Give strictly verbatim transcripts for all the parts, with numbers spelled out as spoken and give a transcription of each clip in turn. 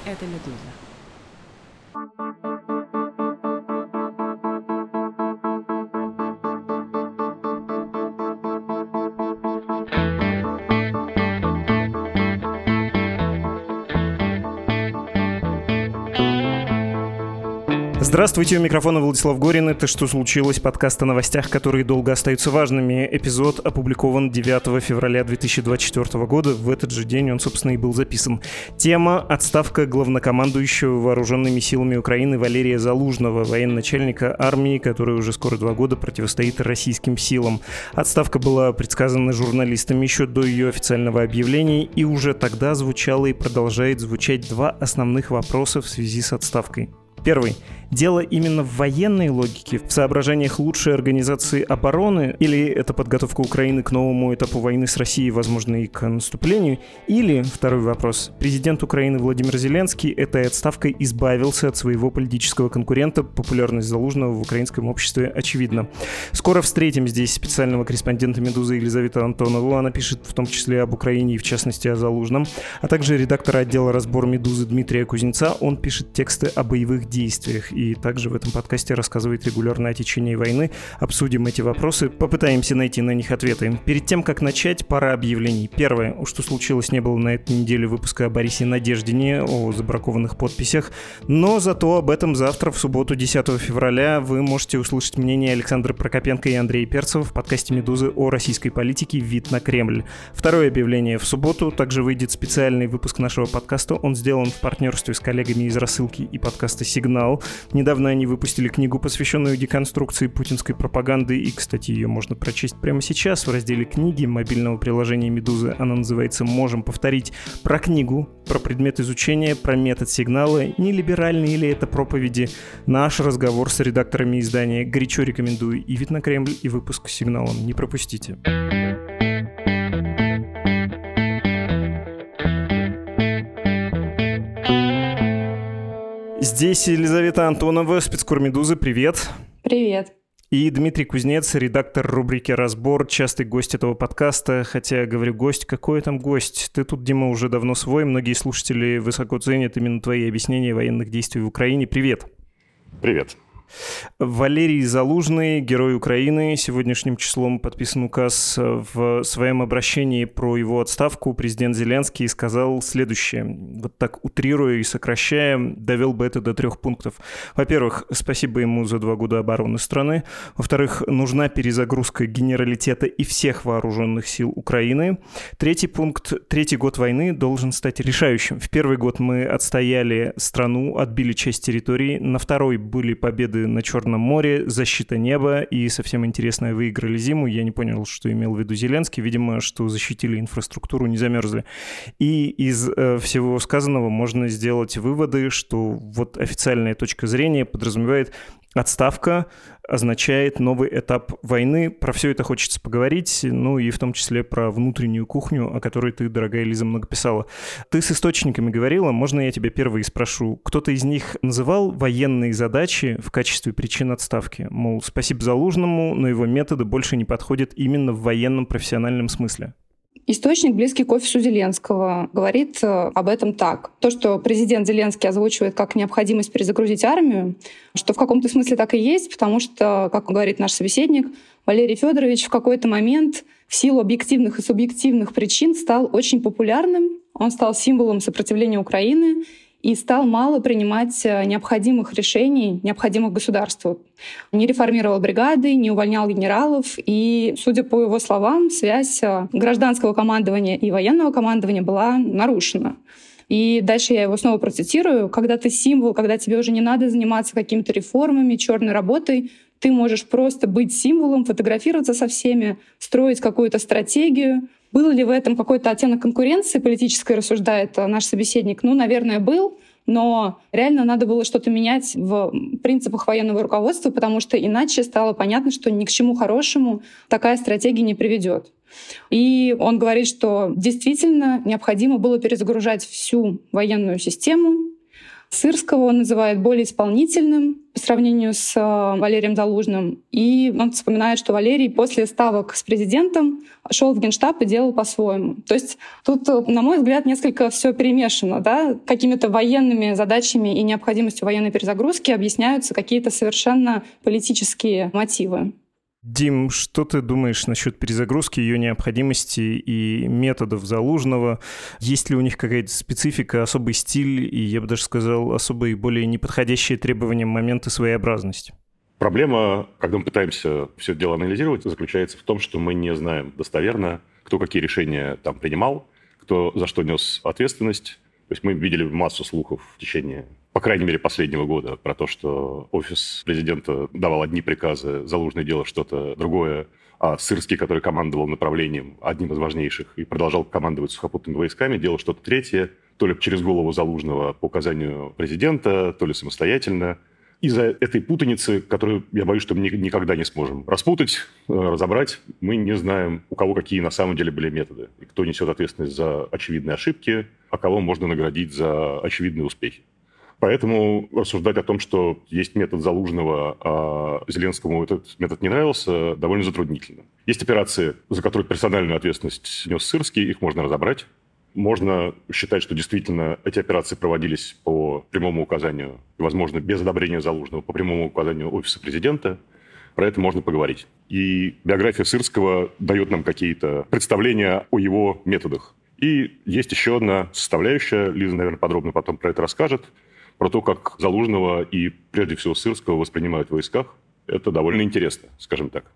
Это «Медуза». Здравствуйте, у микрофона Владислав Горин. Это «Что случилось?» Подкаст о новостях, которые долго остаются важными. Эпизод опубликован девятого февраля две тысячи двадцать четвёртого года. В этот же день он, собственно, и был записан. Тема — отставка главнокомандующего вооруженными силами Украины Валерия Залужного, военачальника армии, который уже скоро два года противостоит российским силам. Отставка была предсказана журналистами еще до ее официального объявления, и уже тогда звучало и продолжает звучать два основных вопроса в связи с отставкой. Первый. Дело именно в военной логике, в соображениях лучшей организации обороны, или это подготовка Украины к новому этапу войны с Россией, возможно, и к наступлению, или, второй вопрос, президент Украины Владимир Зеленский этой отставкой избавился от своего политического конкурента, популярность Залужного в украинском обществе очевидна. Скоро встретим здесь специального корреспондента «Медузы» Елизавету Антонову, она пишет в том числе об Украине и в частности о Залужном, а также редактора отдела «Разбор Медузы» Дмитрия Кузнеца, он пишет тексты о боевых действиях и также в этом подкасте рассказывает регулярно о течении войны. Обсудим эти вопросы, попытаемся найти на них ответы. Перед тем, как начать, пара объявлений. Первое. Что случилось, не было на этой неделе выпуска о Борисе Надеждине, о забракованных подписях, но зато об этом завтра, в субботу, десятого февраля, вы можете услышать мнение Александра Прокопенко и Андрея Перцева в подкасте «Медузы» о российской политике «Вид на Кремль». Второе объявление. В субботу также выйдет специальный выпуск нашего подкаста. Он сделан в партнерстве с коллегами из «Рассылки» и подкаста «Сигнал». Недавно они выпустили книгу, посвященную деконструкции путинской пропаганды, и, кстати, ее можно прочесть прямо сейчас в разделе «Книги» мобильного приложения «Медузы». Она называется «Можем повторить». Про книгу, про предмет изучения, про метод сигнала, не либеральные ли это проповеди. Наш разговор с редакторами издания горячо рекомендую и «Вид на Кремль», и выпуск с «Сигналом». Не пропустите. Здесь Елизавета Антонова, спецкор «Медузы». Привет. Привет. И Дмитрий Кузнец, редактор рубрики «Разбор», частый гость этого подкаста. Хотя, говорю, гость, какой там гость? Ты тут, Дима, уже давно свой. Многие слушатели высоко ценят именно твои объяснения военных действий в Украине. Привет. Привет. Валерий Залужный, герой Украины. Сегодняшним числом подписан указ. В своем обращении про его отставку президент Зеленский сказал следующее. Вот так утрируя и сокращая, довел бы это до трех пунктов. Во-первых, спасибо ему за два года обороны страны. Во-вторых, нужна перезагрузка генералитета и всех вооруженных сил Украины. Третий пункт. Третий год войны должен стать решающим. В первый год мы отстояли страну, отбили часть территории. На второй были победы на Черном море, защита неба и, совсем интересное, выиграли зиму. Я не понял, что имел в виду Зеленский. Видимо, что защитили инфраструктуру, не замерзли. И из э, всего сказанного можно сделать выводы, что вот официальная точка зрения подразумевает: отставка означает новый этап войны. Про все это хочется поговорить, ну и в том числе про внутреннюю кухню, о которой ты, дорогая Лиза, много писала. Ты с источниками говорила, можно я тебя первый спрошу? Кто-то из них называл военные задачи в качестве причин отставки? Мол, спасибо Залужному, но его методы больше не подходят именно в военном профессиональном смысле. Источник, близкий к офису Зеленского, говорит об этом так. То, что президент Зеленский озвучивает как необходимость перезагрузить армию, что в каком-то смысле так и есть, потому что, как говорит наш собеседник, Валерий Федорович в какой-то момент в силу объективных и субъективных причин стал очень популярным. Он стал символом сопротивления Украины и стал мало принимать необходимых решений, необходимых государству. Не реформировал бригады, не увольнял генералов. И, судя по его словам, связь гражданского командования и военного командования была нарушена. И дальше я его снова процитирую. «Когда ты символ, когда тебе уже не надо заниматься какими-то реформами, черной работой, ты можешь просто быть символом, фотографироваться со всеми, строить какую-то стратегию». Был ли в этом какой-то оттенок конкуренции политической, рассуждает наш собеседник? Ну, наверное, был. Но реально надо было что-то менять в принципах военного руководства, потому что иначе стало понятно, что ни к чему хорошему такая стратегия не приведет. И он говорит, что действительно необходимо было перезагружать всю военную систему, Сырского он называет более исполнительным по сравнению с Валерием Залужным. И он вспоминает, что Валерий после ставок с президентом шел в Генштаб и делал по-своему. То есть тут, на мой взгляд, несколько все перемешано. Да? Какими-то военными задачами и необходимостью военной перезагрузки объясняются какие-то совершенно политические мотивы. Дим, что ты думаешь насчет перезагрузки, ее необходимости и методов Залужного? Есть ли у них какая-то специфика, особый стиль и, я бы даже сказал, особые более неподходящие требованиям моменты своеобразности? Проблема, когда мы пытаемся все это дело анализировать, заключается в том, что мы не знаем достоверно, кто какие решения там принимал, кто за что нес ответственность. То есть мы видели массу слухов в течение, по крайней мере, последнего года про то, что офис президента давал одни приказы, Залужный делал что-то другое, а Сырский, который командовал направлением, одним из важнейших, и продолжал командовать сухопутными войсками, делал что-то третье, то ли через голову Залужного по указанию президента, то ли самостоятельно. Из-за этой путаницы, которую, я боюсь, что мы никогда не сможем распутать, разобрать, мы не знаем, у кого какие на самом деле были методы, и кто несет ответственность за очевидные ошибки, а кого можно наградить за очевидные успехи. Поэтому рассуждать о том, что есть метод Залужного, а Зеленскому этот метод не нравился, довольно затруднительно. Есть операции, за которые персональную ответственность нес Сырский, их можно разобрать. Можно считать, что действительно эти операции проводились по прямому указанию, и, возможно, без одобрения Залужного, по прямому указанию офиса президента. Про это можно поговорить. И биография Сырского дает нам какие-то представления о его методах. И есть еще одна составляющая, Лиза, наверное, подробно потом про это расскажет, про то, как Залужного и, прежде всего, Сырского воспринимают в войсках. Это довольно интересно, скажем так.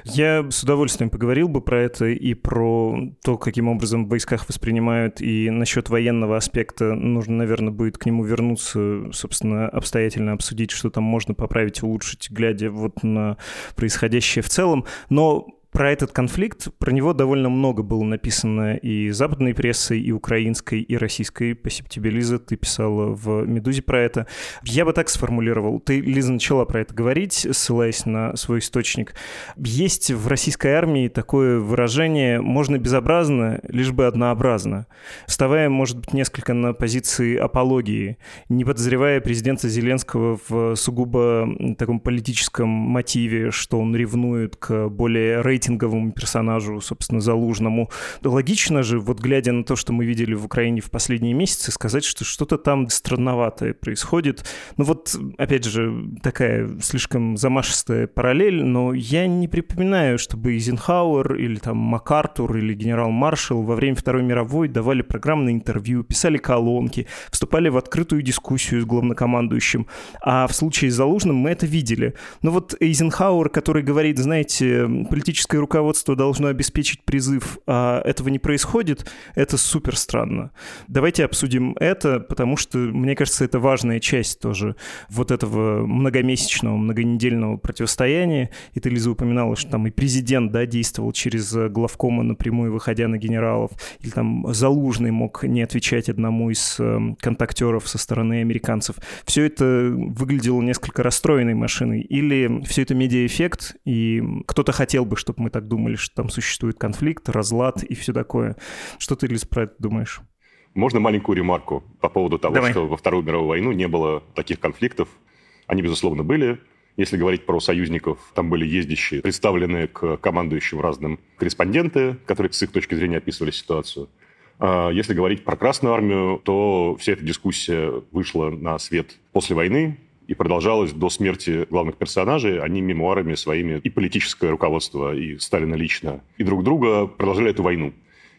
Я с удовольствием поговорил бы про это и про то, каким образом в войсках воспринимают, и насчет военного аспекта нужно, наверное, будет к нему вернуться, собственно, обстоятельно обсудить, что там можно поправить, улучшить, глядя вот на происходящее в целом. Но про этот конфликт, про него довольно много было написано и западной прессой, и украинской, и российской. Спасибо тебе, Лиза, ты писала в «Медузе» про это. Я бы так сформулировал. Ты, Лиза, начала про это говорить, ссылаясь на свой источник. Есть в российской армии такое выражение «можно безобразно, лишь бы однообразно», вставая, может быть, несколько на позиции апологии, не подозревая президента Зеленского в сугубо таком политическом мотиве, что он ревнует к более рейтинговому персонажу, собственно, Залужному. Логично же, вот глядя на то, что мы видели в Украине в последние месяцы, сказать, что что-то там странноватое происходит. Ну вот, опять же, такая слишком замашистая параллель, но я не припоминаю, чтобы Эйзенхауэр или там МакАртур или генерал-маршал во время Второй мировой давали программные интервью, писали колонки, вступали в открытую дискуссию с главнокомандующим. А в случае с Залужным мы это видели. Но вот Эйзенхауэр, который говорит, знаете, политическое руководство должно обеспечить призыв, а этого не происходит, это супер странно. Давайте обсудим это, потому что, мне кажется, это важная часть тоже вот этого многомесячного, многонедельного противостояния. И ты, Лиза, упоминала, что там и президент, да, действовал через главкома напрямую, выходя на генералов, или там Залужный мог не отвечать одному из контактеров со стороны американцев. Все это выглядело несколько расстроенной машиной. Или все это медиаэффект, и кто-то хотел бы, чтобы мы так думали, что там существует конфликт, разлад и все такое. Что ты, Лиз, про это думаешь? Можно маленькую ремарку по поводу того, Давай. что во Вторую мировую войну не было таких конфликтов. Они, безусловно, были. Если говорить про союзников, там были ездящие, представленные к командующим разным корреспонденты, которые с их точки зрения описывали ситуацию. А если говорить про Красную армию, то вся эта дискуссия вышла на свет после войны и продолжалась до смерти главных персонажей. Они мемуарами своими и политическое руководство, и Сталина лично, и друг друга продолжали эту войну.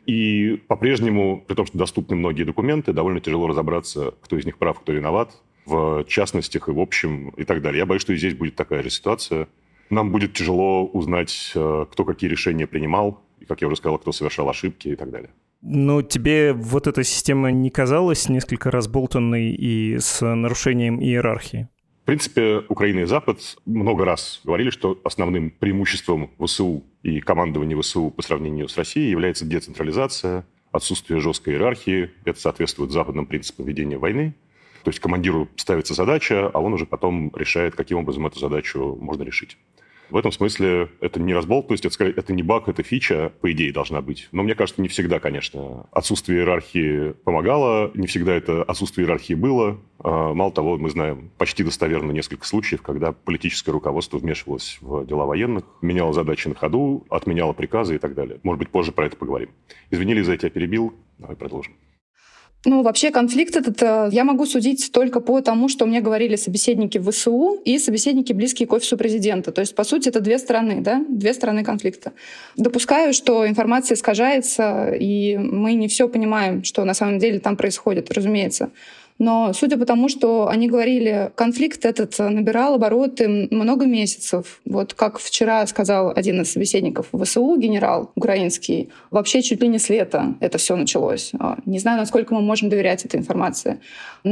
И по-прежнему, при том, что доступны многие документы, довольно тяжело разобраться, кто из них прав, кто виноват, в частностях и в общем, и так далее. Я боюсь, что и здесь будет такая же ситуация. Нам будет тяжело узнать, кто какие решения принимал, и, как я уже сказал, кто совершал ошибки и так далее. Но тебе вот эта система не казалась несколько разболтанной и с нарушением иерархии? В принципе, Украина и Запад много раз говорили, что основным преимуществом ВСУ и командования ВСУ по сравнению с Россией является децентрализация, отсутствие жесткой иерархии. Это соответствует западным принципам ведения войны. То есть командиру ставится задача, а он уже потом решает, каким образом эту задачу можно решить. В этом смысле это не разболтанность, это, скорее, это не баг, это фича, по идее, должна быть. Но мне кажется, не всегда, конечно. Отсутствие иерархии помогало, не всегда это отсутствие иерархии было. Мало того, мы знаем почти достоверно несколько случаев, когда политическое руководство вмешивалось в дела военных, меняло задачи на ходу, отменяло приказы и так далее. Может быть, позже про это поговорим. Извини, Лиза, я тебя перебил. Давай продолжим. Ну, вообще конфликт этот я могу судить только по тому, что мне говорили собеседники в ВСУ и собеседники, близкие к офису президента. То есть, по сути, это две стороны, да, две стороны конфликта. Допускаю, что информация искажается, и мы не все понимаем, что на самом деле там происходит, разумеется. Но судя по тому, что они говорили, конфликт этот набирал обороты много месяцев. Вот как вчера сказал один из собеседников ВСУ, генерал украинский, вообще чуть ли не с лета это все началось. Не знаю, насколько мы можем доверять этой информации.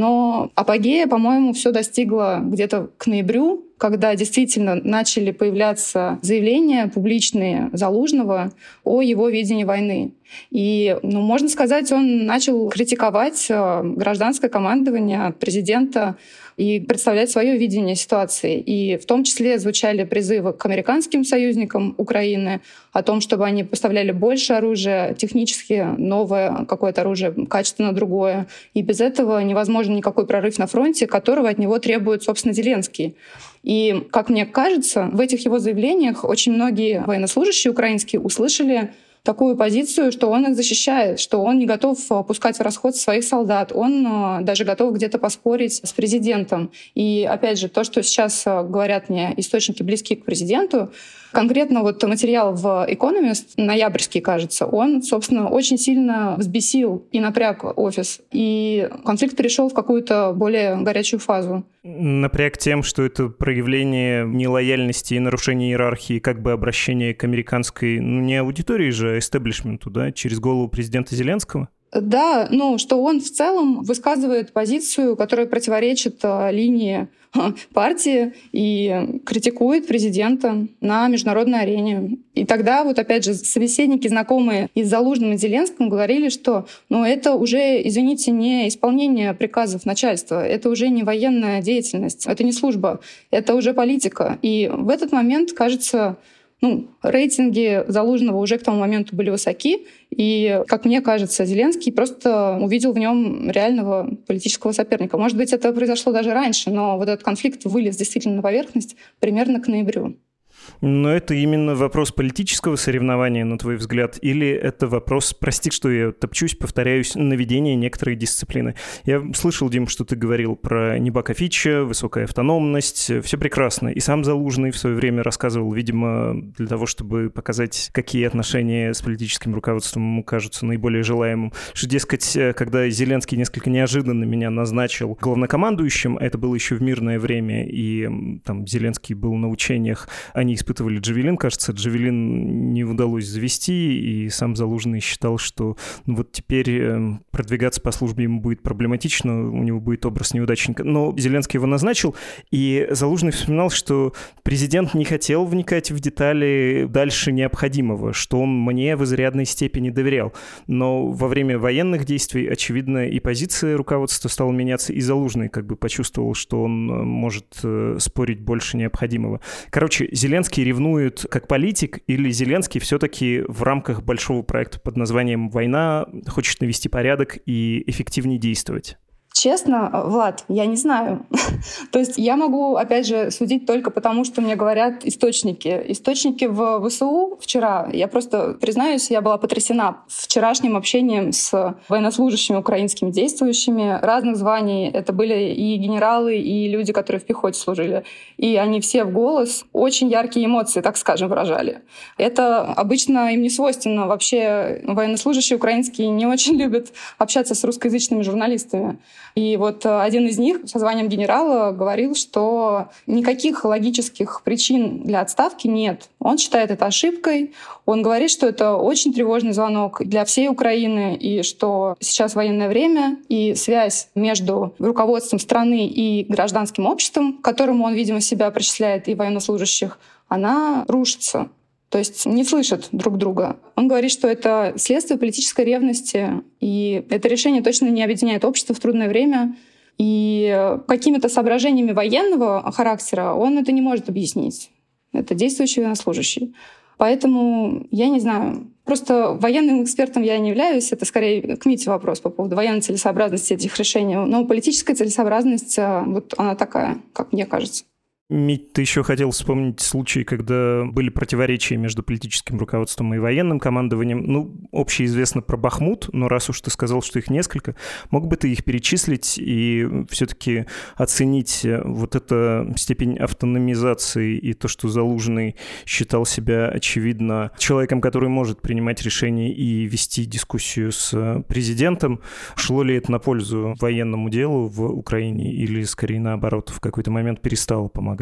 Но апогея, по-моему, все достигло где-то к ноябрю, когда действительно начали появляться заявления публичные Залужного о его видении войны. И, ну, можно сказать, он начал критиковать гражданское командование президента и представлять свое видение ситуации. И в том числе звучали призывы к американским союзникам Украины о том, чтобы они поставляли больше оружия, технически новое какое-то оружие, качественно другое. И без этого невозможен никакой прорыв на фронте, которого от него требует, собственно, Зеленский. И, как мне кажется, в этих его заявлениях очень многие военнослужащие украинские услышали такую позицию, что он их защищает, что он не готов пускать в расход своих солдат, он даже готов где-то поспорить с президентом. И, опять же, то, что сейчас говорят мне источники, близкие к президенту, конкретно вот материал в Economist, ноябрьский, кажется, он, собственно, очень сильно взбесил и напряг офис. И конфликт перешел в какую-то более горячую фазу. Напряг тем, что это проявление нелояльности и нарушение иерархии, как бы обращение к американской, ну, не аудитории же, а эстеблишменту, да, через голову президента Зеленского? Да, ну, что он в целом высказывает позицию, которая противоречит линии партии и критикует президента на международной арене. И тогда вот опять же собеседники, знакомые и с Залужным, и Зеленским, говорили, что ну, это уже, извините, не исполнение приказов начальства, это уже не военная деятельность, это не служба, это уже политика. И в этот момент, кажется, ну, рейтинги Залужного уже к тому моменту были высоки, и, как мне кажется, Зеленский просто увидел в нем реального политического соперника. Может быть, это произошло даже раньше, но вот этот конфликт вылез действительно на поверхность примерно к ноябрю. Но это именно вопрос политического соревнования, на твой взгляд, или это вопрос, прости, что я топчусь, повторяюсь, наведения некоторой дисциплины? Я слышал, Дим, что ты говорил про Небака Фича, высокая автономность, все прекрасно. И сам Залужный в свое время рассказывал, видимо, для того, чтобы показать, какие отношения с политическим руководством ему кажутся наиболее желаемым, что, дескать, когда Зеленский несколько неожиданно меня назначил главнокомандующим, это было еще в мирное время, и там Зеленский был на учениях, они испытывали Джавелин, кажется, Джавелин не удалось завести, и сам Залужный считал, что ну, вот теперь продвигаться по службе ему будет проблематично, у него будет образ неудачника. Но Зеленский его назначил, и Залужный вспоминал, что президент не хотел вникать в детали дальше необходимого, что он мне в изрядной степени доверял. Но во время военных действий, очевидно, и позиция руководства стала меняться, и Залужный как бы почувствовал, что он может спорить больше необходимого. Короче, Зеленский ревнует как политик, или Зеленский все-таки в рамках большого проекта под названием «Война» хочет навести порядок и эффективнее действовать? Честно, Влад, я не знаю. То есть я могу, опять же, судить только потому, что мне говорят источники. Источники в ВСУ вчера, я просто, признаюсь, я была потрясена вчерашним общением с военнослужащими украинскими действующими разных званий. Это были и генералы, и люди, которые в пехоте служили. И они все в голос очень яркие эмоции, так скажем, выражали. Это обычно им не свойственно. Вообще военнослужащие украинские не очень любят общаться с русскоязычными журналистами. И вот один из них со званием генерала говорил, что никаких логических причин для отставки нет. Он считает это ошибкой. Он говорит, что это очень тревожный звонок для всей Украины, и что сейчас военное время, и связь между руководством страны и гражданским обществом, к которому он, видимо, себя причисляет, и военнослужащих, она рушится. То есть не слышат друг друга. Он говорит, что это следствие политической ревности, и это решение точно не объединяет общество в трудное время. И какими-то соображениями военного характера он это не может объяснить. Это действующий военнослужащий. Поэтому я не знаю. Просто военным экспертом я не являюсь. Это скорее к Мите вопрос по поводу военной целесообразности этих решений. Но политическая целесообразность, вот она такая, как мне кажется. Мить, ты еще хотел вспомнить случаи, когда были противоречия между политическим руководством и военным командованием. Ну, общеизвестно про Бахмут, но раз уж ты сказал, что их несколько, мог бы ты их перечислить и все-таки оценить вот эту степень автономизации и то, что Залужный считал себя, очевидно, человеком, который может принимать решения и вести дискуссию с президентом. Шло ли это на пользу военному делу в Украине или, скорее, наоборот, в какой-то момент перестало помогать?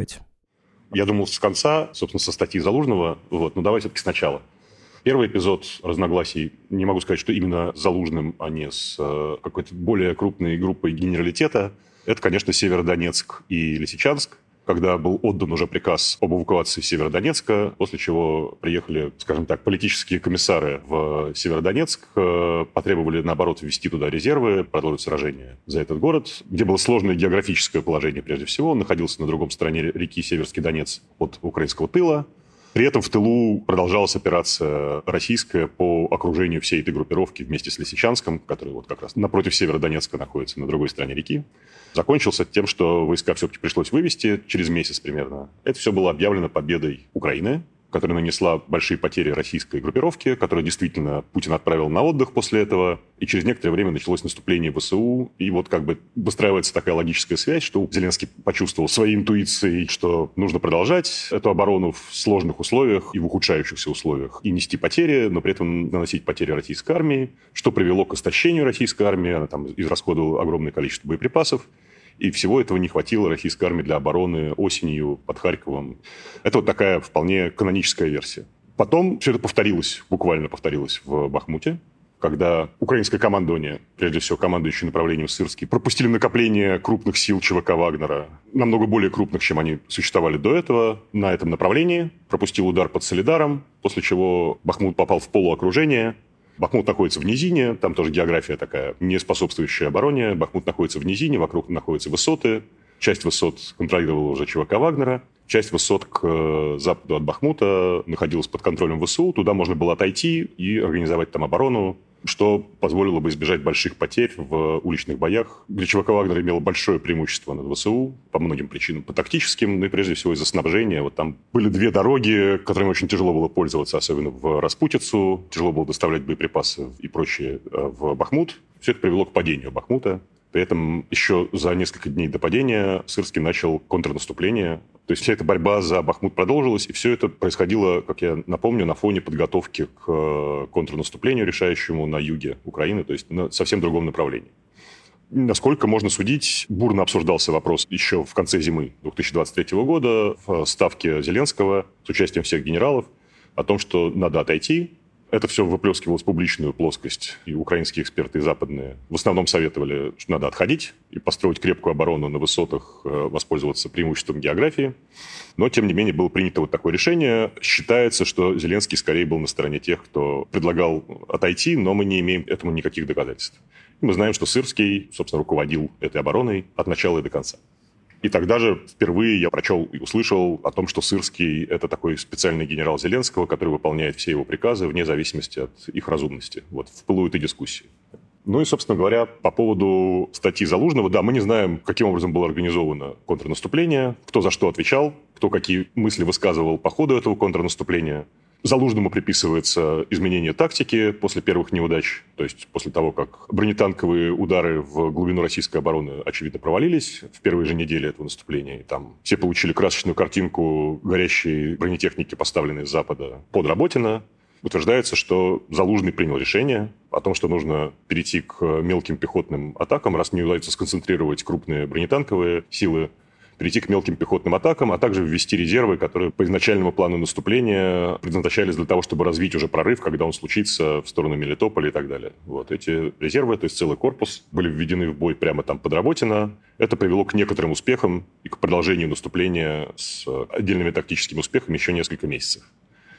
Я думал с конца, собственно, со статьи Залужного. Вот, но давай все-таки сначала. Первый эпизод разногласий, не могу сказать, что именно с Залужным, а не с э, какой-то более крупной группой генералитета. Это, конечно, Северодонецк и Лисичанск, когда был отдан уже приказ об эвакуации Северодонецка, после чего приехали, скажем так, политические комиссары в Северодонецк, потребовали, наоборот, ввести туда резервы, продолжить сражение за этот город, где было сложное географическое положение прежде всего. Он находился на другом стороне реки Северский Донец от украинского тыла. При этом в тылу продолжалась операция российская по окружению всей этой группировки вместе с Лисичанском, который вот как раз напротив Северодонецка находится, на другой стороне реки. Закончился тем, что войска все-таки пришлось вывести через месяц примерно. Это все было объявлено победой Украины, которая нанесла большие потери российской группировке, которую действительно Путин отправил на отдых после этого. И через некоторое время началось наступление ВСУ. И вот как бы выстраивается такая логическая связь, что Зеленский почувствовал своей интуицией, что нужно продолжать эту оборону в сложных условиях и в ухудшающихся условиях. И нести потери, но при этом наносить потери российской армии, что привело к истощению российской армии. Она там израсходовала огромное количество боеприпасов. И всего этого не хватило российской армии для обороны осенью под Харьковом. Это вот такая вполне каноническая версия. Потом все это повторилось, буквально повторилось в Бахмуте, когда украинское командование, прежде всего командующий направлением Сырский, пропустили накопление крупных сил ЧВК Вагнера, намного более крупных, чем они существовали до этого, на этом направлении, пропустил удар под Солидаром, после чего Бахмут попал в полуокружение. Бахмут находится в низине, там тоже география такая, не способствующая обороне. Бахмут находится в низине, вокруг находятся высоты. Часть высот контролировала уже ЧВК Вагнера. Часть высот к западу от Бахмута находилась под контролем ВСУ. Туда можно было отойти и организовать там оборону, что позволило бы избежать больших потерь в уличных боях, где ЧВК Вагнера имела большое преимущество над ВСУ по многим причинам, по тактическим, ну и прежде всего из-за снабжения. Вот там были две дороги, которыми очень тяжело было пользоваться, особенно в Распутицу. Тяжело было доставлять боеприпасы и прочее в Бахмут. Все это привело к падению Бахмута. При этом еще за несколько дней до падения Сырский начал контрнаступление. То есть вся эта борьба за Бахмут продолжилась, и все это происходило, как я напомню, на фоне подготовки к контрнаступлению, решающему на юге Украины, то есть на совсем другом направлении. Насколько можно судить, бурно обсуждался вопрос еще в конце зимы две тысячи двадцать третьего года в Ставке Зеленского с участием всех генералов о том, что надо отойти. Это все выплескивалось в публичную плоскость, и украинские эксперты, и западные в основном советовали, что надо отходить и построить крепкую оборону на высотах, воспользоваться преимуществом географии. Но, тем не менее, было принято вот такое решение. Считается, что Зеленский скорее был на стороне тех, кто предлагал отойти, но мы не имеем этому никаких доказательств. И мы знаем, что Сырский, собственно, руководил этой обороной от начала и до конца. И тогда же впервые я прочел и услышал о том, что Сырский – это такой специальный генерал Зеленского, который выполняет все его приказы вне зависимости от их разумности. Вот, в пылу этой дискуссии. Ну и, собственно говоря, по поводу статьи Залужного, да, мы не знаем, каким образом было организовано контрнаступление, кто за что отвечал, кто какие мысли высказывал по ходу этого контрнаступления. Залужному приписывается изменение тактики после первых неудач, то есть после того, как бронетанковые удары в глубину российской обороны, очевидно, провалились в первые же недели этого наступления. И там все получили красочную картинку горящей бронетехники, поставленной с запада под Работино. Утверждается, что Залужный принял решение о том, что нужно перейти к мелким пехотным атакам, раз не удается сконцентрировать крупные бронетанковые силы, перейти к мелким пехотным атакам, а также ввести резервы, которые по изначальному плану наступления предназначались для того, чтобы развить уже прорыв, когда он случится в сторону Мелитополя и так далее. Вот эти резервы, то есть целый корпус, были введены в бой прямо там под Работино. Это привело к некоторым успехам и к продолжению наступления с отдельными тактическими успехами еще несколько месяцев.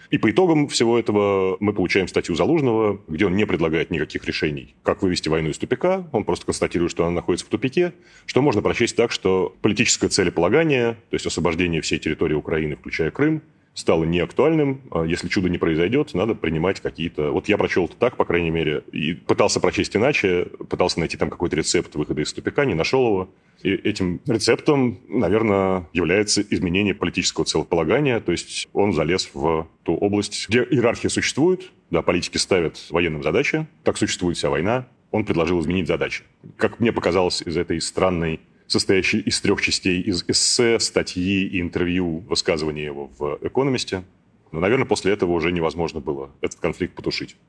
И по итогам всего этого мы получаем статью Залужного, где он не предлагает никаких решений, как вывести войну из тупика. Он просто констатирует, что она находится в тупике, что можно прочесть так, что политическое целеполагание, то есть освобождение всей территории Украины, включая Крым, стало неактуальным. Если чудо не произойдет, надо принимать какие-то... Вот я прочел это так, по крайней мере, и пытался прочесть иначе, пытался найти там какой-то рецепт выхода из тупика, не нашел его. И этим рецептом, наверное, является изменение политического целеполагания, то есть он залез в ту область, где иерархия существует, да, политики ставят военным задачи, так существует вся война, он предложил изменить задачи. Как мне показалось из этой странной, состоящей из трех частей, из эссе, статьи и интервью, высказывания его в «Экономисте». Но, наверное, после этого уже невозможно было этот конфликт потушить.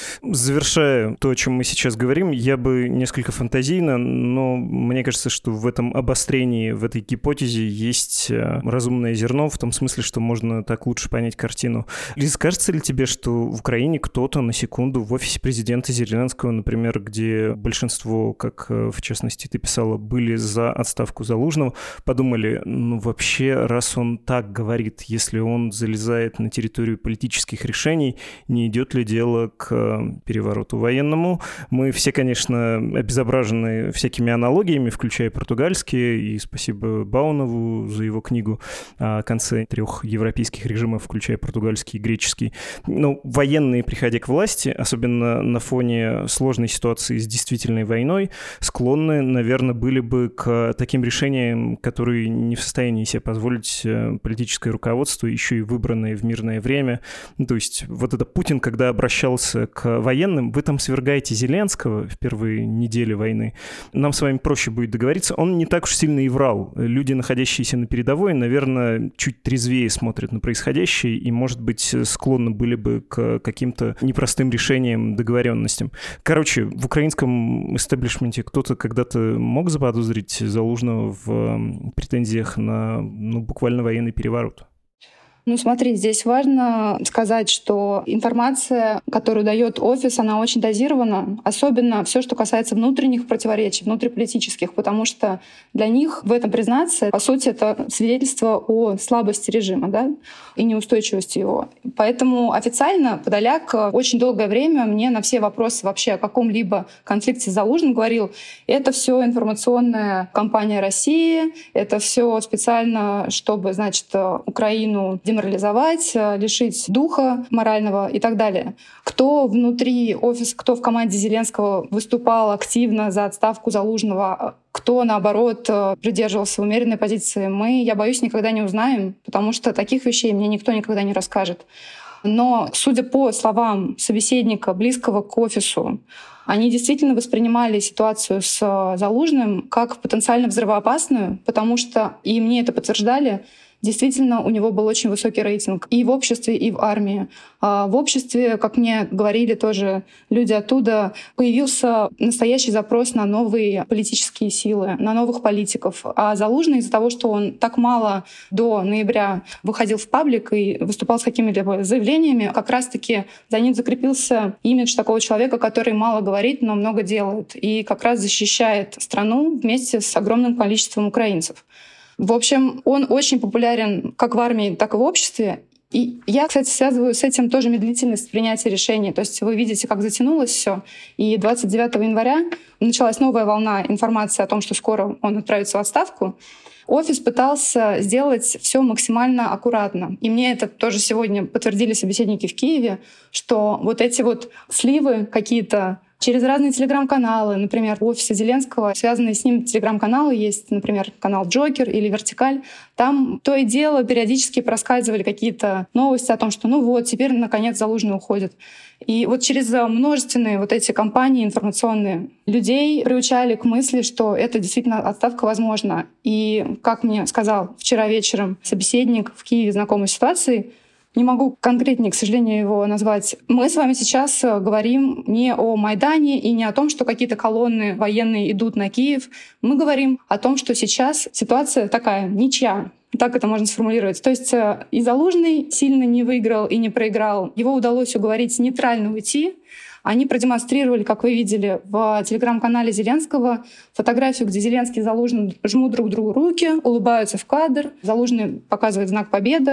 Завершая то, о чем мы сейчас говорим, я бы несколько фантазийно, но мне кажется, что в этом обострении, в этой гипотезе есть разумное зерно, в том смысле, что можно так лучше понять картину. Лиз, кажется ли тебе, что в Украине кто-то на секунду в офисе президента Зеленского, например, где большинство, как в частности ты писала, были за отставку Залужного, подумали, ну вообще, раз он так говорит, если он залезает на территорию политических решений, не идет ли дело к перевороту военному? Мы все, конечно, обезображены всякими аналогиями, включая португальские, и спасибо Баунову за его книгу о конце трех европейских режимов, включая португальский и греческий. Но военные, приходя к власти, особенно на фоне сложной ситуации с действительной войной, склонны, наверное, были бы к таким решениям, которые не в состоянии себе позволить политическое руководство, еще и выбранное в мирное время. Ну, то есть вот это Путин, когда обращался к военным, вы там свергаете Зеленского в первые недели войны, нам с вами проще будет договориться. Он не так уж сильно и врал. Люди, находящиеся на передовой, наверное, чуть трезвее смотрят на происходящее и, может быть, склонны были бы к каким-то непростым решениям, договоренностям. Короче, в украинском истеблишменте кто-то когда-то мог заподозрить Залужного в претензиях на, ну, буквально военный переворот? Ну, смотри, здесь важно сказать, что информация, которую дает офис, она очень дозирована, особенно все, что касается внутренних противоречий, внутриполитических, потому что для них в этом признаться, по сути, это свидетельство о слабости режима, да, и неустойчивости его. Поэтому официально Подоляк очень долгое время мне на все вопросы вообще о каком-либо конфликте с Залужным говорил, это все информационная кампания России, это все специально, чтобы, значит, Украину деморализовать, лишить духа морального и так далее. Кто внутри офиса, кто в команде Зеленского выступал активно за отставку Залужного, кто, наоборот, придерживался умеренной позиции, мы, я боюсь, никогда не узнаем, потому что таких вещей мне никто никогда не расскажет. Но, судя по словам собеседника, близкого к офису, они действительно воспринимали ситуацию с Залужным как потенциально взрывоопасную, потому что, и мне это подтверждали, действительно, у него был очень высокий рейтинг и в обществе, и в армии. А в обществе, как мне говорили тоже люди оттуда, появился настоящий запрос на новые политические силы, на новых политиков. А Залужный из-за того, что он так мало до ноября выходил в паблик и выступал с какими-либо заявлениями, как раз-таки за ним закрепился имидж такого человека, который мало говорит, но много делает. И как раз защищает страну вместе с огромным количеством украинцев. В общем, он очень популярен как в армии, так и в обществе. И я, кстати, связываю с этим тоже медлительность принятия решений. То есть вы видите, как затянулось все. И двадцать девятого января началась новая волна информации о том, что скоро он отправится в отставку. Офис пытался сделать все максимально аккуратно. И мне это тоже сегодня подтвердили собеседники в Киеве, что вот эти вот сливы какие-то через разные телеграм-каналы, например, в офисе Зеленского, связанные с ним телеграм-каналы есть, например, канал «Джокер» или «Вертикаль». Там то и дело периодически проскальзывали какие-то новости о том, что ну вот, теперь, наконец, Залужный уходит. И вот через множественные вот эти кампании информационные людей приучали к мысли, что это действительно отставка возможна. И, как мне сказал вчера вечером собеседник в Киеве, знакомый с ситуацией, не могу конкретнее, к сожалению, его назвать. Мы с вами сейчас говорим не о Майдане и не о том, что какие-то колонны военные идут на Киев. Мы говорим о том, что сейчас ситуация такая, ничья. Так это можно сформулировать. То есть и Залужный сильно не выиграл и не проиграл. Его удалось уговорить нейтрально уйти. Они продемонстрировали, как вы видели, в телеграм-канале Зеленского фотографию, где Зеленский и Залужный жмут друг другу руки, улыбаются в кадр. Залужный показывает знак победы.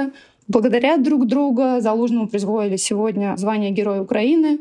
благодарят друг друга. Залужному присвоили сегодня звание Героя Украины.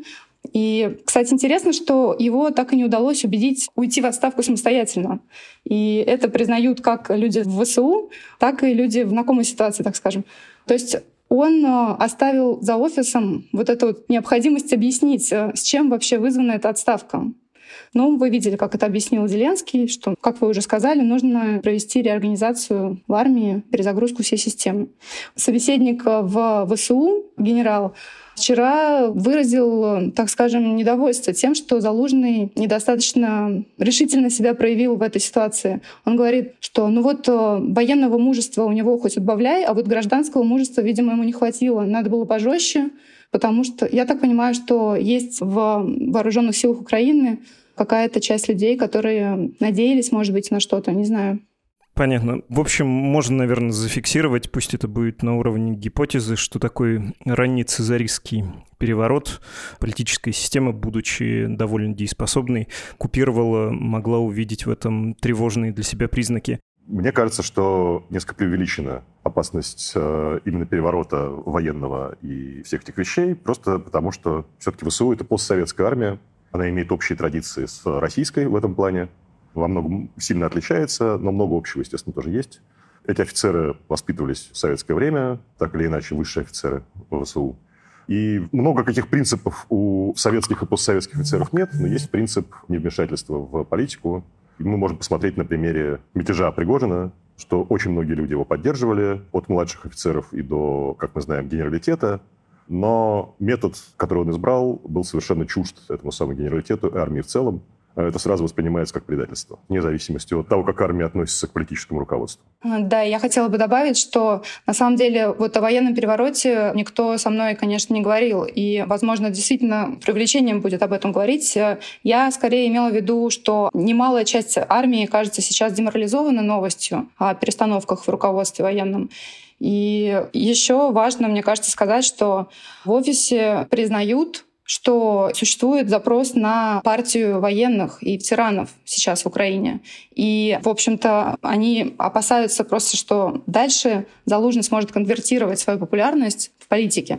И, кстати, интересно, что его так и не удалось убедить уйти в отставку самостоятельно. И это признают как люди в ВСУ, так и люди в знакомой ситуации, так скажем. То есть он оставил за офисом вот эту вот необходимость объяснить, с чем вообще вызвана эта отставка. Ну, вы видели, как это объяснил Зеленский, что, как вы уже сказали, нужно провести реорганизацию в армии, перезагрузку всей системы. Собеседник в ВСУ, генерал, вчера выразил, так скажем, недовольство тем, что Залужный недостаточно решительно себя проявил в этой ситуации. Он говорит, что ну вот военного мужества у него хоть отбавляй, а вот гражданского мужества, видимо, ему не хватило. Надо было пожестче, потому что я так понимаю, что есть в вооруженных силах Украины какая-то часть людей, которые надеялись, может быть, на что-то, не знаю. Понятно. В общем, можно, наверное, зафиксировать, пусть это будет на уровне гипотезы, что такой ранний цезаристский переворот политическая система, будучи довольно дееспособной, купировала, могла увидеть в этом тревожные для себя признаки. Мне кажется, что несколько преувеличена опасность э, именно переворота военного и всех этих вещей, просто потому что все-таки ВСУ — это постсоветская армия, она имеет общие традиции с российской в этом плане, во многом сильно отличается, но много общего, естественно, тоже есть. Эти офицеры воспитывались в советское время, так или иначе, высшие офицеры ВСУ. И много каких принципов у советских и постсоветских офицеров нет, но есть принцип невмешательства в политику. И мы можем посмотреть на примере мятежа Пригожина, что очень многие люди его поддерживали, от младших офицеров и до, как мы знаем, генералитета. Но метод, который он избрал, был совершенно чужд этому самому генералитету и армии в целом. Это сразу воспринимается как предательство, вне зависимости от того, как армия относится к политическому руководству. Да, я хотела бы добавить, что на самом деле вот о военном перевороте никто со мной, конечно, не говорил. И, возможно, действительно преувеличением будет об этом говорить. Я скорее имела в виду, что немалая часть армии, кажется, сейчас деморализована новостью о перестановках в руководстве военном. И еще важно, мне кажется, сказать, что в офисе признают, что существует запрос на партию военных и ветеранов сейчас в Украине. И, в общем-то, они опасаются просто, что дальше Залужный сможет конвертировать свою популярность в политике.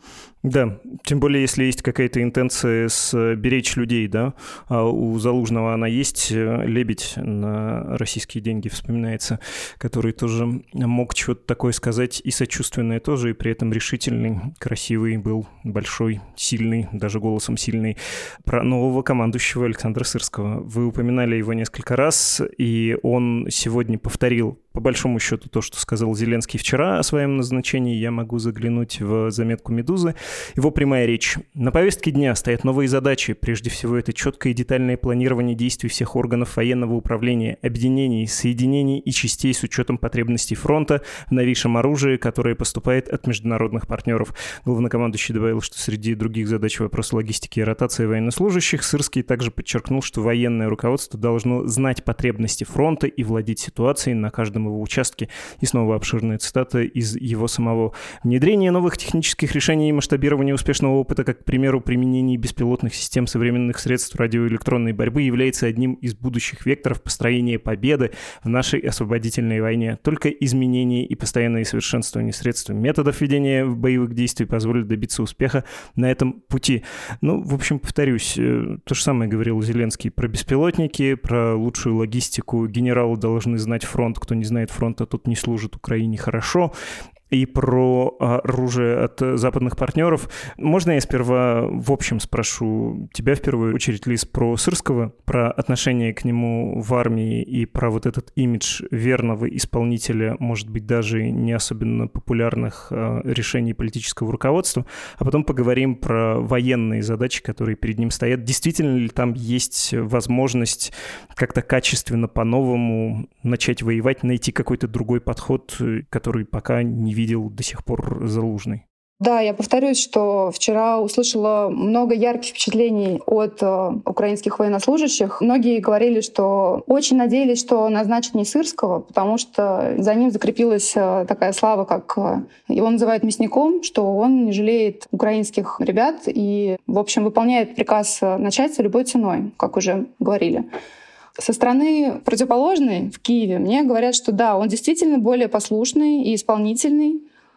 Да, тем более, если есть какая-то интенция сберечь людей, да, а у Залужного она есть, Лебедь на российские деньги вспоминается, который тоже мог что-то такое сказать и сочувственное тоже, и при этом решительный, красивый был, большой, сильный, даже голосом сильный, про нового командующего Александра Сырского. Вы упоминали его несколько раз, и он сегодня повторил по большому счету то, что сказал Зеленский вчера о своем назначении. Я могу заглянуть в заметку «Медузы». Его прямая речь. На повестке дня стоят новые задачи. Прежде всего, это четкое и детальное планирование действий всех органов военного управления, объединений, соединений и частей с учетом потребностей фронта в новейшем оружии, которое поступает от международных партнеров. Главнокомандующий добавил, что среди других задач вопрос логистики и ротации военнослужащих. Сырский также подчеркнул, что военное руководство должно знать потребности фронта и владеть ситуацией на каждом его участке. И снова обширная цитата из его самого. Внедрение новых технических решений и масштабирование успешного опыта, как, к примеру, применение беспилотных систем современных средств радиоэлектронной борьбы, является одним из будущих векторов построения победы в нашей освободительной войне. Только изменение и постоянное совершенствование средств и методов ведения боевых действий позволят добиться успеха на этом пути. Ну, в общем, повторюсь, то же самое говорил Зеленский про беспилотники, про лучшую логистику. Генералы должны знать фронт, кто не знает фронта, тот не служит Украине хорошо. И про оружие от западных партнеров. Можно я сперва в общем спрошу тебя в первую очередь, Лиз, про Сырского, про отношение к нему в армии и про вот этот имидж верного исполнителя, может быть, даже не особенно популярных решений политического руководства, а потом поговорим про военные задачи, которые перед ним стоят. Действительно ли там есть возможность как-то качественно по-новому начать воевать, найти какой-то другой подход, который пока не видел видел до сих пор Залужный? Да, я повторюсь, что вчера услышала много ярких впечатлений от э, украинских военнослужащих. Многие говорили, что очень надеялись, что назначат не Сырского, потому что за ним закрепилась э, такая слава, как э, его называют мясником, что он не жалеет украинских ребят и, в общем, выполняет приказ начальства любой ценой, как уже говорили. Со стороны противоположной в Киеве мне говорят, что да, он действительно более послушный и исполнительный.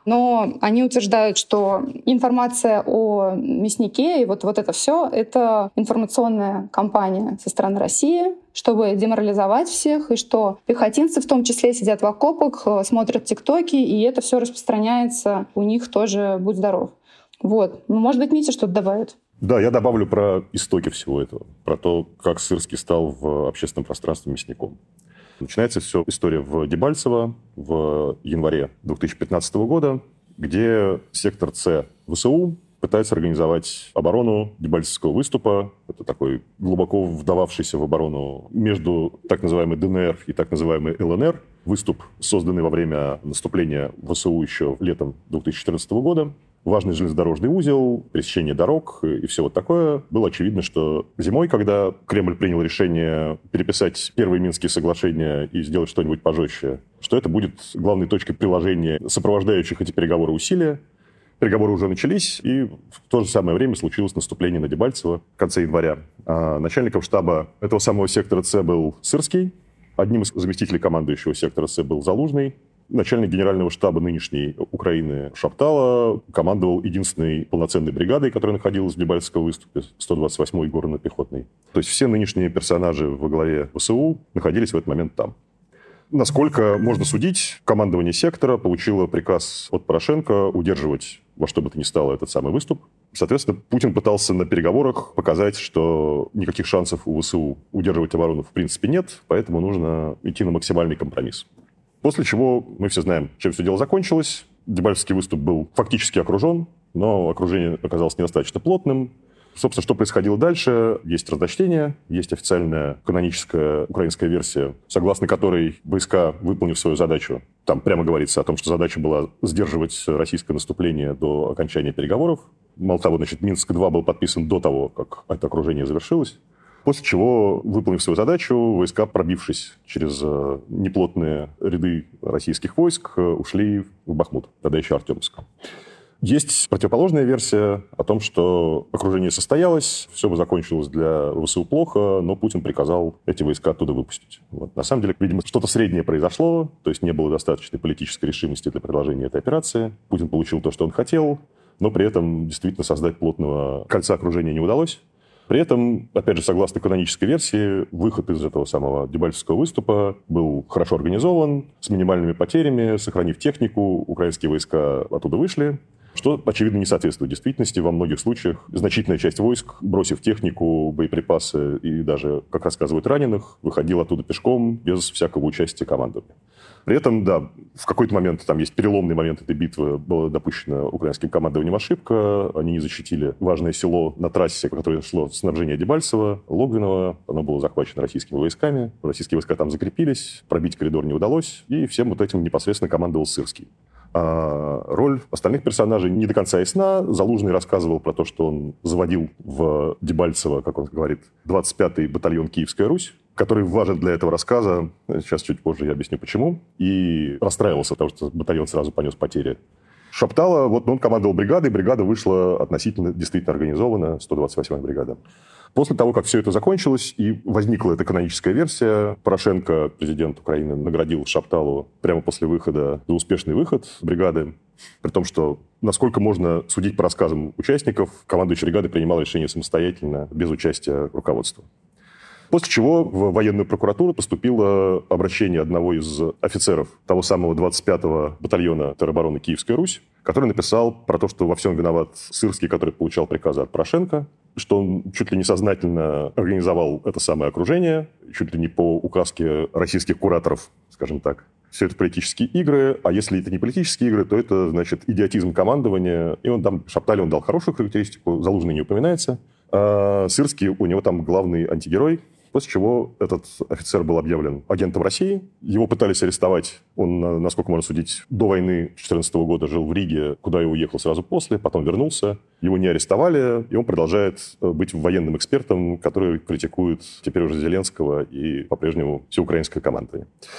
Но они утверждают, что информация о мяснике и вот, вот это все — это информационная кампания со стороны России, чтобы деморализовать всех, и что пехотинцы в том числе сидят в окопах, смотрят тиктоки, и это все распространяется у них тоже, будь здоров. Вот. Ну, может быть, Митя что-то добавит? Да, я добавлю про истоки всего этого, про то, как Сырский стал в общественном пространстве мясником. Начинается все история в Дебальцево в январе две тысячи пятнадцатого года, где сектор С ВСУ пытается организовать оборону Дебальцевского выступа. Это такой глубоко вдававшийся в оборону между так называемой ДНР и так называемой ЛНР. Выступ, созданный во время наступления ВСУ еще летом две тысячи четырнадцатого года. Важный железнодорожный узел, пересечение дорог и все вот такое. Было очевидно, что зимой, когда Кремль принял решение переписать первые Минские соглашения и сделать что-нибудь пожестче, что это будет главной точкой приложения сопровождающих эти переговоры усилия. Переговоры уже начались, и в то же самое время случилось наступление на Дебальцево в конце января. А начальником штаба этого самого сектора С был Сырский, одним из заместителей командующего сектора С был Залужный. Начальник генерального штаба нынешней Украины Шаптала командовал единственной полноценной бригадой, которая находилась в Дебальцевском выступе, сто двадцать восьмой горно-пехотной. То есть все нынешние персонажи во главе ВСУ находились в этот момент там. Насколько можно судить, командование сектора получило приказ от Порошенко удерживать во что бы то ни стало этот самый выступ. Соответственно, Путин пытался на переговорах показать, что никаких шансов у ВСУ удерживать оборону в принципе нет, поэтому нужно идти на максимальный компромисс. После чего мы все знаем, чем все дело закончилось. Дебальцевский выступ был фактически окружен, но окружение оказалось недостаточно плотным. Собственно, что происходило дальше? Есть разночтение, есть официальная каноническая украинская версия, согласно которой войска, выполнив свою задачу, там прямо говорится о том, что задача была сдерживать российское наступление до окончания переговоров. Мало того, значит, Минск-два был подписан до того, как это окружение завершилось. После чего, выполнив свою задачу, войска, пробившись через неплотные ряды российских войск, ушли в Бахмут, тогда еще Артемовск. Есть противоположная версия о том, что окружение состоялось, все бы закончилось для ВСУ плохо, но Путин приказал эти войска оттуда выпустить. Вот. На самом деле, видимо, что-то среднее произошло, то есть не было достаточной политической решимости для продолжения этой операции. Путин получил то, что он хотел, но при этом действительно создать плотного кольца окружения не удалось. При этом, опять же, согласно канонической версии, выход из этого самого Дебальцевского выступа был хорошо организован, с минимальными потерями, сохранив технику, украинские войска оттуда вышли, что, очевидно, не соответствует действительности. Во многих случаях значительная часть войск, бросив технику, боеприпасы и даже, как рассказывают, раненых, выходила оттуда пешком, без всякого участия командования. При этом, да, в какой-то момент, там есть переломный момент этой битвы, была допущена украинским командованием ошибка. Они не защитили важное село на трассе, по которой шло снабжение Дебальцева, Логвиново. Оно было захвачено российскими войсками. Российские войска там закрепились, пробить коридор не удалось. И всем вот этим непосредственно командовал Сырский. А роль остальных персонажей не до конца ясна. Залужный рассказывал про то, что он заводил в Дебальцево, как он говорит, двадцать пятый батальон «Киевская Русь», который важен для этого рассказа. Сейчас чуть позже я объясню, почему. И расстраивался, потому что батальон сразу понес потери. Шаптала, вот он командовал бригадой, бригада вышла относительно действительно организованно, сто двадцать восьмая бригада. После того, как все это закончилось и возникла эта каноническая версия, Порошенко, президент Украины, наградил Шапталу прямо после выхода за успешный выход бригады. При том, что, насколько можно судить по рассказам участников, командующий бригадой принимал решение самостоятельно, без участия руководства. После чего в военную прокуратуру поступило обращение одного из офицеров того самого двадцать пятого батальона теробороны «Киевская Русь», который написал про то, что во всем виноват Сырский, который получал приказы от Порошенко, что он чуть ли не сознательно организовал это самое окружение, чуть ли не по указке российских кураторов, скажем так. Все это политические игры, а если это не политические игры, то это, значит, идиотизм командования. И он там, Шаптале, он дал хорошую характеристику, Залужный не упоминается. А Сырский, у него там главный антигерой, после чего этот офицер был объявлен агентом России. Его пытались арестовать. Он, насколько можно судить, до войны две тысячи четырнадцатого года жил в Риге, куда я уехал сразу после, потом вернулся. Его не арестовали, и он продолжает быть военным экспертом, который критикует теперь уже Зеленского и по-прежнему всеукраинское командование.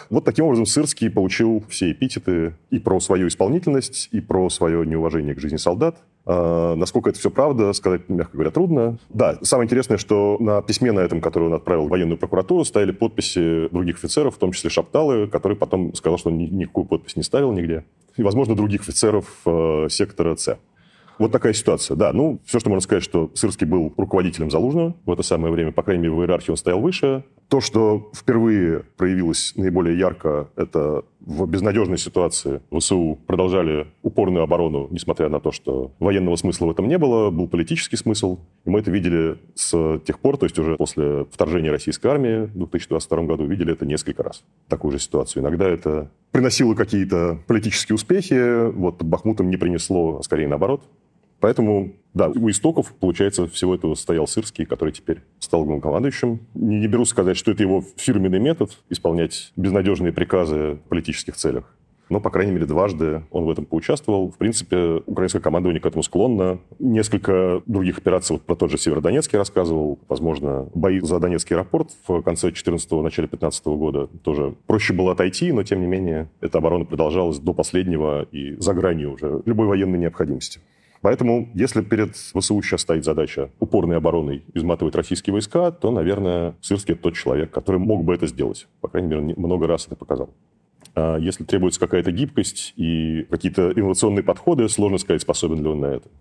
Вот таким образом Сырский получил все эпитеты и про свою исполнительность, и про свое неуважение к жизни солдат. А, насколько это все правда, сказать, мягко говоря, трудно. Да, самое интересное, что на письме на этом, которое он отправил в военную прокуратуру, стояли подписи других офицеров, в том числе Шапталы, который потом сказал, что он ни, никакую подпись не ставил нигде. И, возможно, других офицеров э, сектора С. Вот такая ситуация, да. Ну, все, что можно сказать, что Сырский был руководителем Залужного в это самое время, по крайней мере, в иерархии он стоял выше. То, что впервые проявилось наиболее ярко, это в безнадежной ситуации ВСУ продолжали упорную оборону, несмотря на то, что военного смысла в этом не было, был политический смысл. И мы это видели с тех пор, то есть уже после вторжения российской армии в две тысячи двадцать втором году, видели это несколько раз, такую же ситуацию. Иногда это приносило какие-то политические успехи, вот под Бахмутом не принесло, а скорее наоборот. Поэтому, да, у истоков, получается, всего этого стоял Сырский, который теперь стал главнокомандующим. Не, не берусь сказать, что это его фирменный метод исполнять безнадежные приказы в политических целях. Но, по крайней мере, дважды он в этом поучаствовал. В принципе, украинское командование к этому склонно. Несколько других операций, вот про тот же Северодонецк я рассказывал. Возможно, бои за Донецкий аэропорт в конце четырнадцатого, начале пятнадцатого года тоже проще было отойти, но, тем не менее, эта оборона продолжалась до последнего и за гранью уже любой военной необходимости. Поэтому, если перед ВСУ сейчас стоит задача упорной обороной изматывать российские войска, то, наверное, Сырский – это тот человек, который мог бы это сделать. По крайней мере, много раз это показал. А если требуется какая-то гибкость и какие-то инновационные подходы, сложно сказать, способен ли он на это.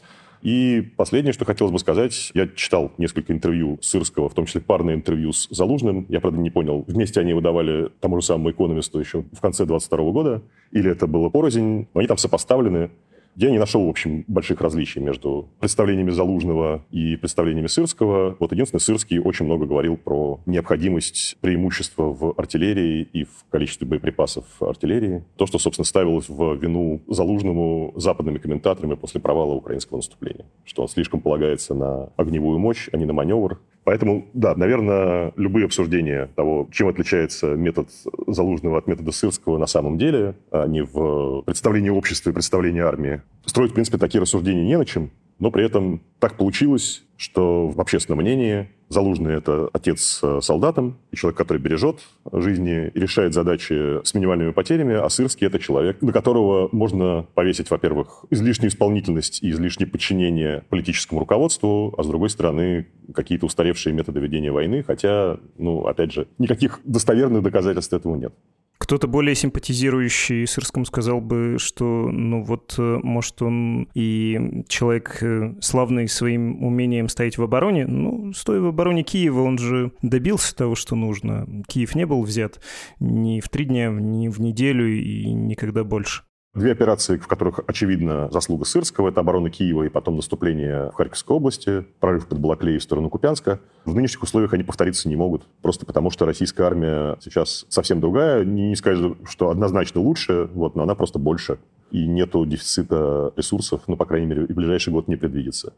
И последнее, что хотелось бы сказать, я читал несколько интервью Сырского, в том числе парное интервью с Залужным. Я, правда, не понял, вместе они выдавали тому же самому «Экономисту» еще в конце двадцать второго года, или это было порознь, но они там сопоставлены. Я не нашел, в общем, больших различий между представлениями Залужного и представлениями Сырского. Вот единственное, Сырский очень много говорил про необходимость преимущества в артиллерии и в количестве боеприпасов артиллерии. То, что, собственно, ставилось в вину Залужному западными комментаторами после провала украинского наступления. Что он слишком полагается на огневую мощь, а не на маневр. Поэтому, да, наверное, любые обсуждения того, чем отличается метод Залужного от метода Сырского на самом деле, а не в представлении общества и представлении армии, строить, в принципе, такие рассуждения не на чем. Но при этом так получилось, что в общественном мнении Залужный – это отец солдатам, человек, который бережет жизни и решает задачи с минимальными потерями, а Сырский – это человек, на которого можно повесить, во-первых, излишнюю исполнительность и излишнее подчинение политическому руководству, а с другой стороны, какие-то устаревшие методы ведения войны, хотя, ну, опять же, никаких достоверных доказательств этому нет. Кто-то более симпатизирующий Сырскому сказал бы, что, ну вот, может, он и человек, славный своим умением стоять в обороне. Ну, стоя в обороне Киева, он же добился того, что нужно. Киев не был взят ни в три дня, ни в неделю и никогда больше. Две операции, в которых, очевидно, заслуга Сырского. Это оборона Киева и потом наступление в Харьковской области, прорыв под Балаклеей в сторону Купянска. В нынешних условиях они повториться не могут. Просто потому, что российская армия сейчас совсем другая. Не скажу, что однозначно лучше, вот, но она просто больше. И нету дефицита ресурсов, ну, по крайней мере, и в ближайший год не предвидится.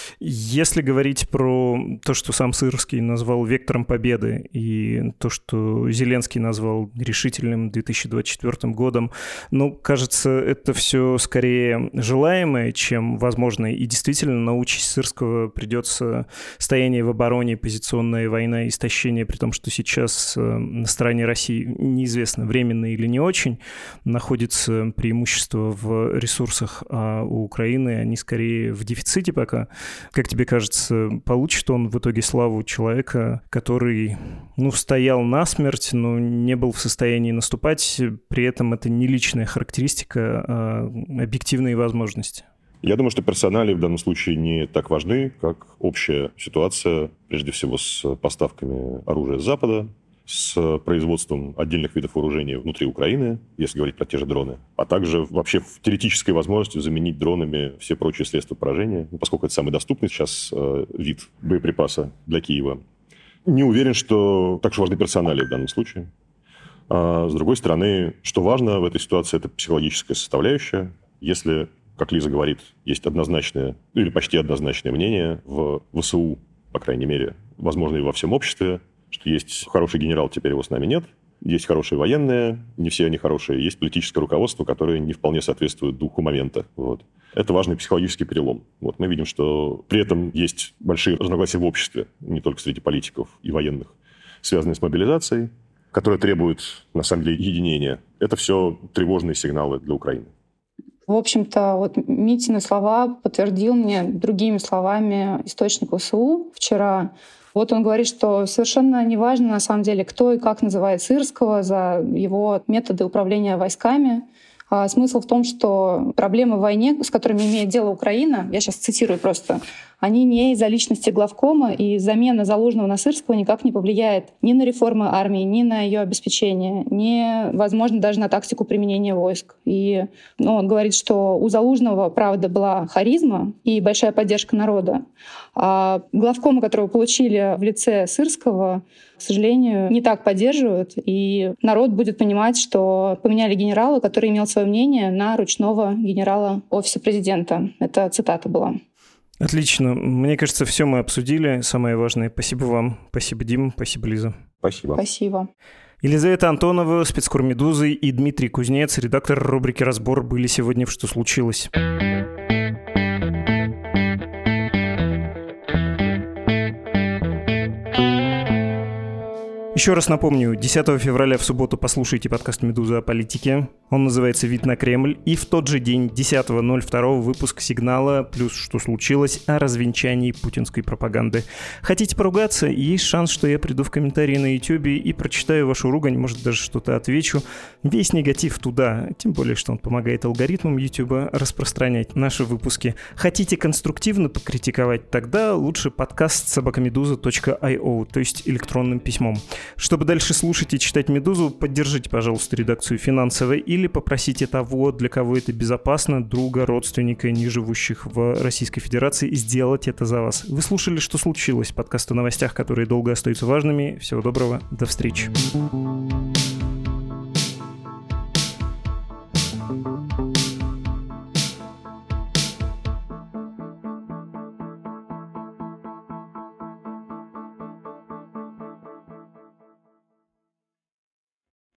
Если говорить про то, что сам Сырский назвал вектором победы, и то, что Зеленский назвал решительным две тысячи двадцать четвёртым годом, ну, кажется, это все скорее желаемое, чем возможное. И действительно, на участь Сырского придется стояние в обороне, позиционная война, истощение, при том, что сейчас на стороне России, неизвестно, временно или не очень, находится преимущество в ресурсах, а у Украины они скорее в дефиците пока. Как тебе кажется, получит он в итоге славу человека, который, ну, стоял насмерть, но не был в состоянии наступать, при этом это не личная характеристика, а объективные возможности? Я думаю, что персонали в данном случае не так важны, как общая ситуация, прежде всего с поставками оружия с Запада, с производством отдельных видов вооружения внутри Украины, если говорить про те же дроны, а также вообще в теоретической возможности заменить дронами все прочие средства поражения, поскольку это самый доступный сейчас э, вид боеприпаса для Киева. Не уверен, что так уж важны персонали в данном случае. А с другой стороны, что важно в этой ситуации, это психологическая составляющая. Если, как Лиза говорит, есть однозначное или почти однозначное мнение в ВСУ, по крайней мере, возможно, и во всем обществе, что есть хороший генерал, теперь его с нами нет, есть хорошие военные, не все они хорошие, есть политическое руководство, которое не вполне соответствует духу момента. Вот. Это важный психологический перелом. Вот. Мы видим, что при этом есть большие разногласия в обществе, не только среди политиков и военных, связанные с мобилизацией. которая требует, на самом деле, единения. Это все тревожные сигналы для Украины. В общем-то, вот Митины слова подтвердил мне другими словами источник ВСУ вчера. Вот он говорит, что совершенно неважно, на самом деле, кто и как называет Сырского за его методы управления войсками. А смысл в том, что проблемы в войне, с которыми имеет дело Украина, я сейчас цитирую просто, они не из-за личности главкома, и замена Залужного на Сырского никак не повлияет ни на реформы армии, ни на ее обеспечение, ни, возможно, даже на тактику применения войск. И ну, он говорит, что у Залужного, правда, была харизма и большая поддержка народа, а главкома, которого получили в лице Сырского, к сожалению, не так поддерживают, и народ будет понимать, что поменяли генерала, который имел свое мнение, на ручного генерала офиса президента. Это цитата была. Отлично. Мне кажется, все мы обсудили. Самое важное. Спасибо вам. Спасибо, Дим. Спасибо, Лиза. Спасибо. Спасибо. Елизавета Антонова, спецкор «Медузы», и Дмитрий Кузнец, редактор рубрики «Разбор», были сегодня в «Что случилось?». Еще раз напомню, десятого февраля в субботу послушайте подкаст «Медуза» о политике. Он называется «Вид на Кремль». И в тот же день, десятого ноль второго, выпуск «Сигнала» плюс «Что случилось?» о развенчании путинской пропаганды. Хотите поругаться? Есть шанс, что я приду в комментарии на Ютубе и прочитаю вашу ругань, может, даже что-то отвечу. Весь негатив туда, тем более, что он помогает алгоритмам Ютуба распространять наши выпуски. Хотите конструктивно покритиковать? Тогда лучше подкаст собакамедуза точка ай о, то есть электронным письмом. Чтобы дальше слушать и читать «Медузу», поддержите, пожалуйста, редакцию финансово или попросите того, для кого это безопасно, друга, родственника, не живущих в Российской Федерации, сделать это за вас. Вы слушали «Что случилось?» Подкаст о новостях, которые долго остаются важными. Всего доброго, до встречи.